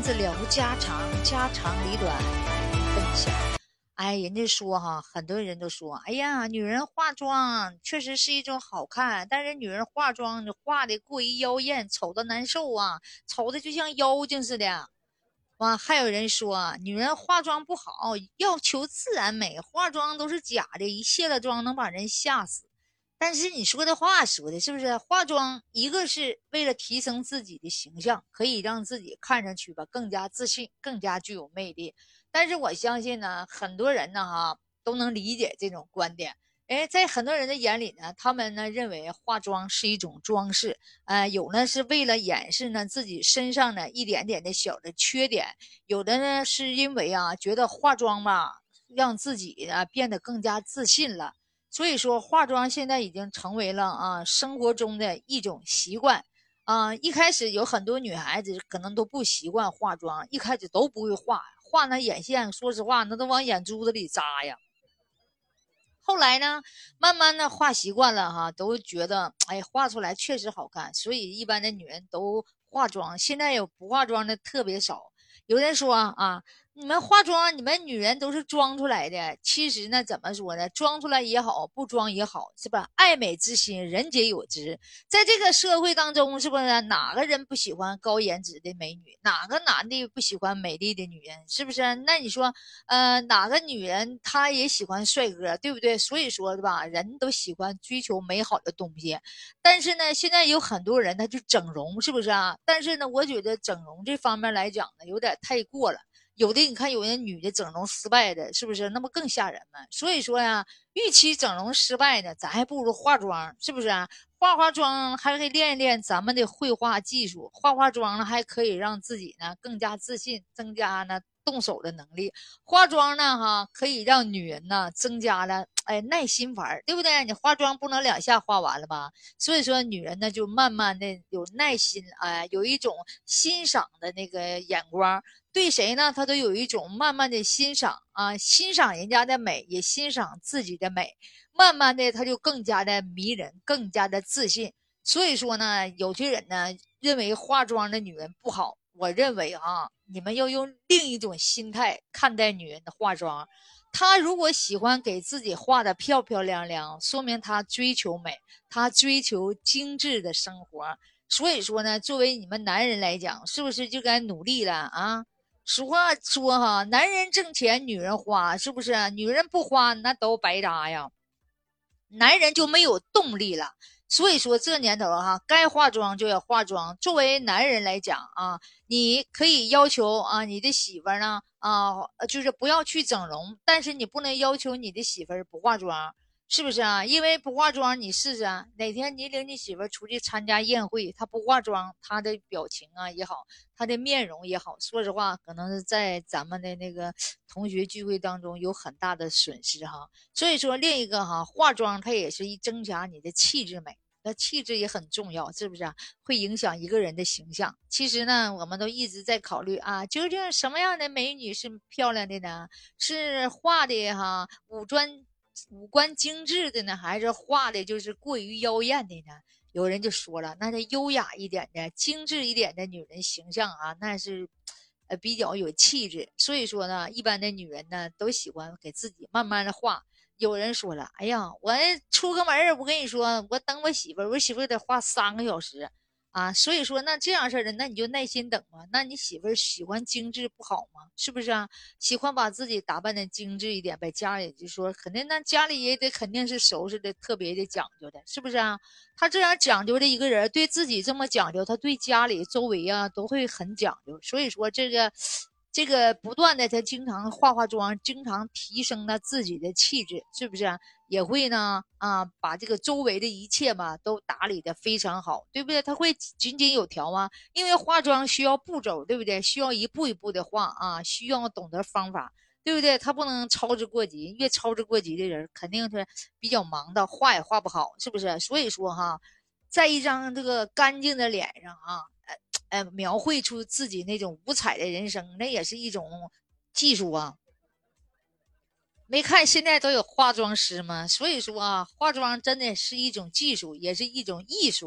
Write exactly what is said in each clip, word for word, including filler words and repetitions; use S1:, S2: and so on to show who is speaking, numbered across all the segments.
S1: 子聊家常，家长里短分享。哎，人家说哈，很多人都说，哎呀，女人化妆确实是一种好看，但是女人化妆化的过于妖艳，丑的难受啊，丑的就像妖精似的。哇，还有人说，女人化妆不好，要求自然美，化妆都是假的，一卸了妆能把人吓死。但是你说的话说的是不是？化妆一个是为了提升自己的形象，可以让自己看上去吧更加自信，更加具有魅力。但是我相信呢，很多人呢哈都能理解这种观点。哎，在很多人的眼里呢，他们呢认为化妆是一种装饰，呃，有呢是为了掩饰呢自己身上的一点点的小的缺点，有的呢是因为啊觉得化妆吧让自己啊变得更加自信了。所以说，化妆现在已经成为了啊生活中的一种习惯。啊，一开始有很多女孩子可能都不习惯化妆，一开始都不会画，画那眼线，说实话，那都往眼珠子里扎呀。后来呢，慢慢的画习惯了哈，都觉得哎，画出来确实好看，所以一般的女人都化妆。现在有不化妆的特别少。有人说啊，你们化妆，你们女人都是装出来的。其实呢，怎么说呢？装出来也好，不装也好，是吧？爱美之心，人皆有之。在这个社会当中，是不是哪个人不喜欢高颜值的美女？哪个男的不喜欢美丽的女人？是不是？那你说，呃，哪个女人她也喜欢帅哥，对不对？所以说，是吧？人都喜欢追求美好的东西。但是呢，现在有很多人他就整容，是不是啊？但是呢，我觉得整容这方面来讲呢，有点太过了。有的你看，有的女的整容失败的，是不是？那不更吓人吗？所以说呀，与其整容失败呢，咱还不如化妆，是不是啊？化化妆还可以练一练咱们的绘画技术，化化妆呢还可以让自己呢更加自信，增加呢动手的能力。化妆呢哈可以让女人呢增加了哎耐心玩，对不对？你化妆不能两下化完了吧？所以说女人呢就慢慢的有耐心，哎，有一种欣赏的那个眼光。对谁呢？她都有一种慢慢的欣赏啊，欣赏人家的美，也欣赏自己的美。慢慢的，她就更加的迷人，更加的自信。所以说呢，有些人呢认为化妆的女人不好，我认为啊，你们要用另一种心态看待女人的化妆。她如果喜欢给自己画的漂漂亮亮，说明她追求美，她追求精致的生活。所以说呢，作为你们男人来讲，是不是就该努力了啊？俗话说哈，男人挣钱，女人花，是不是？女人不花，那都白搭呀。男人就没有动力了。所以说这年头哈，该化妆就要化妆。作为男人来讲啊，你可以要求啊你的媳妇儿呢啊，就是不要去整容，但是你不能要求你的媳妇儿不化妆，是不是啊？因为不化妆，你试试啊，哪天你领你媳妇儿出去参加宴会，她不化妆，她的表情啊也好，她的面容也好，说实话，可能是在咱们的那个同学聚会当中有很大的损失哈。所以说，另一个哈，化妆它也是一增加你的气质美，那气质也很重要，是不是啊？会影响一个人的形象。其实呢，我们都一直在考虑啊，究竟什么样的美女是漂亮的呢？是画的哈五官五官精致的呢，还是画的就是过于妖艳的呢？有人就说了，那这优雅一点的、精致一点的女人形象啊，那是呃比较有气质。所以说呢，一般的女人呢都喜欢给自己慢慢的画。有人说了，哎呀，我出个门我跟你说，我等我媳妇儿，我媳妇儿得花三个小时啊。所以说，那这样式的，那你就耐心等嘛。那你媳妇儿喜欢精致不好吗？是不是啊？喜欢把自己打扮的精致一点，在家里就说肯定，那家里也得肯定是收拾的特别的讲究的，是不是啊？他这样讲究的一个人，对自己这么讲究，他对家里周围啊都会很讲究。所以说，这个这个不断的，他经常化化妆，经常提升他自己的气质，是不是啊？也会呢啊，把这个周围的一切嘛都打理的非常好，对不对？他会井井有条啊，因为化妆需要步骤，对不对？需要一步一步的化啊，需要懂得方法。对不对？他不能操之过急，越操之过急的人肯定是比较忙的，画也画不好，是不是？所以说哈，在一张这个干净的脸上啊，呃，描绘出自己那种五彩的人生，那也是一种技术啊。没看现在都有化妆师吗？所以说啊，化妆真的是一种技术，也是一种艺术。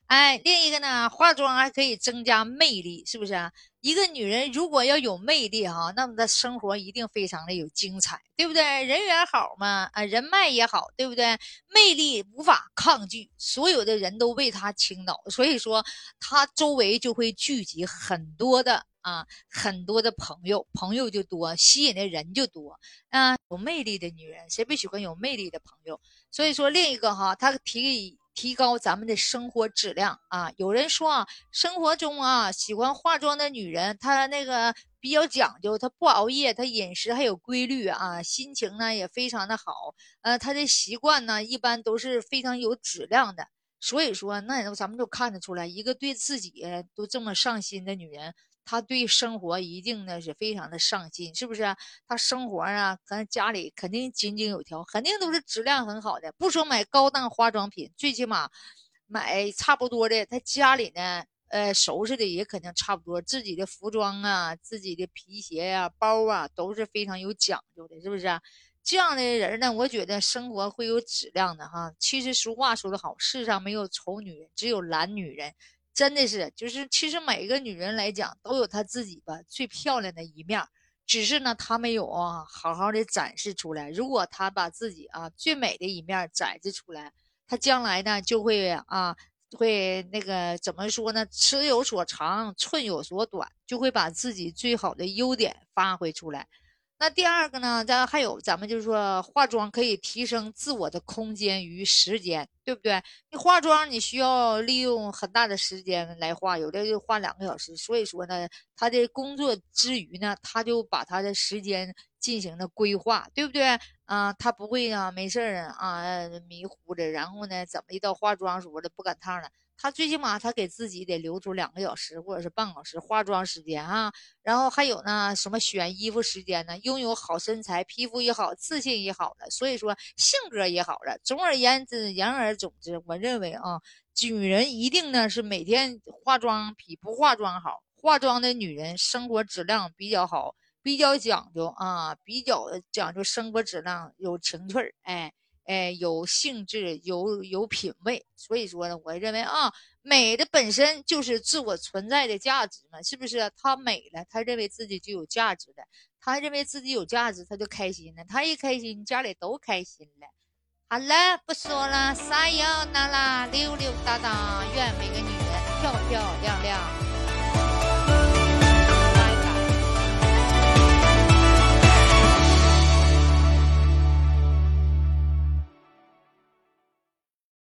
S1: 哎，另一个呢，化妆还可以增加魅力，是不是啊？一个女人如果要有魅力哈，那么她生活一定非常的有精彩，对不对？人缘好嘛，啊，人脉也好，对不对？魅力无法抗拒，所有的人都为她倾倒，所以说她周围就会聚集很多的啊，很多的朋友，朋友就多，吸引的人就多啊。有魅力的女人，谁不喜欢有魅力的朋友？所以说，另一个哈，它提提高咱们的生活质量啊。有人说啊，生活中啊，喜欢化妆的女人，她那个比较讲究，她不熬夜，她饮食还有规律啊，心情呢也非常的好，呃，她的习惯呢一般都是非常有质量的。所以说，那咱们就看得出来，一个对自己都这么上心的女人，她对生活一定呢是非常的上心，是不是？她生活啊，咱家里肯定井井有条，肯定都是质量很好的。不说买高档化妆品，最起码买差不多的，她家里呢，呃，收拾的也肯定差不多。自己的服装啊，自己的皮鞋呀、啊、包啊，都是非常有讲究的，是不是啊？这样的人呢，我觉得生活会有质量的哈。其实俗话说得好，世上没有丑女人，只有懒女人。真的是，就是其实每个女人来讲，都有她自己吧最漂亮的一面，只是呢，她没有啊好好的展示出来。如果她把自己啊最美的一面展示出来，她将来呢就会啊会那个怎么说呢？尺有所长，寸有所短，就会把自己最好的优点发挥出来。那第二个呢，咱还有咱们就是说，化妆可以提升自我的空间与时间，对不对？你化妆你需要利用很大的时间来化，有的就化两个小时。所以说呢，他的工作之余呢，他就把他的时间进行了规划，对不对？啊，他不会啊，没事儿啊，迷糊的，然后呢，怎么一到化妆时候的不赶趟了。他最起码他给自己得留出两个小时或者是半小时化妆时间啊，然后还有呢，什么选衣服时间呢？拥有好身材，皮肤也好，自信也好了，所以说性格也好了。总而言之，言而总之，我认为啊，女人一定呢是每天化妆比不化妆好。化妆的女人生活质量比较好，比较讲究啊，比较讲究生活质量，有情趣儿，哎。哎，有兴致，有有品味，所以说呢，我认为啊，美的本身就是自我存在的价值嘛，是不是？她美了，她认为自己就有价值了，她认为自己有价值，她就开心了，她一开心，家里都开心了。好了，不说了，撒由那拉，溜溜达达，愿每个女人漂漂亮亮。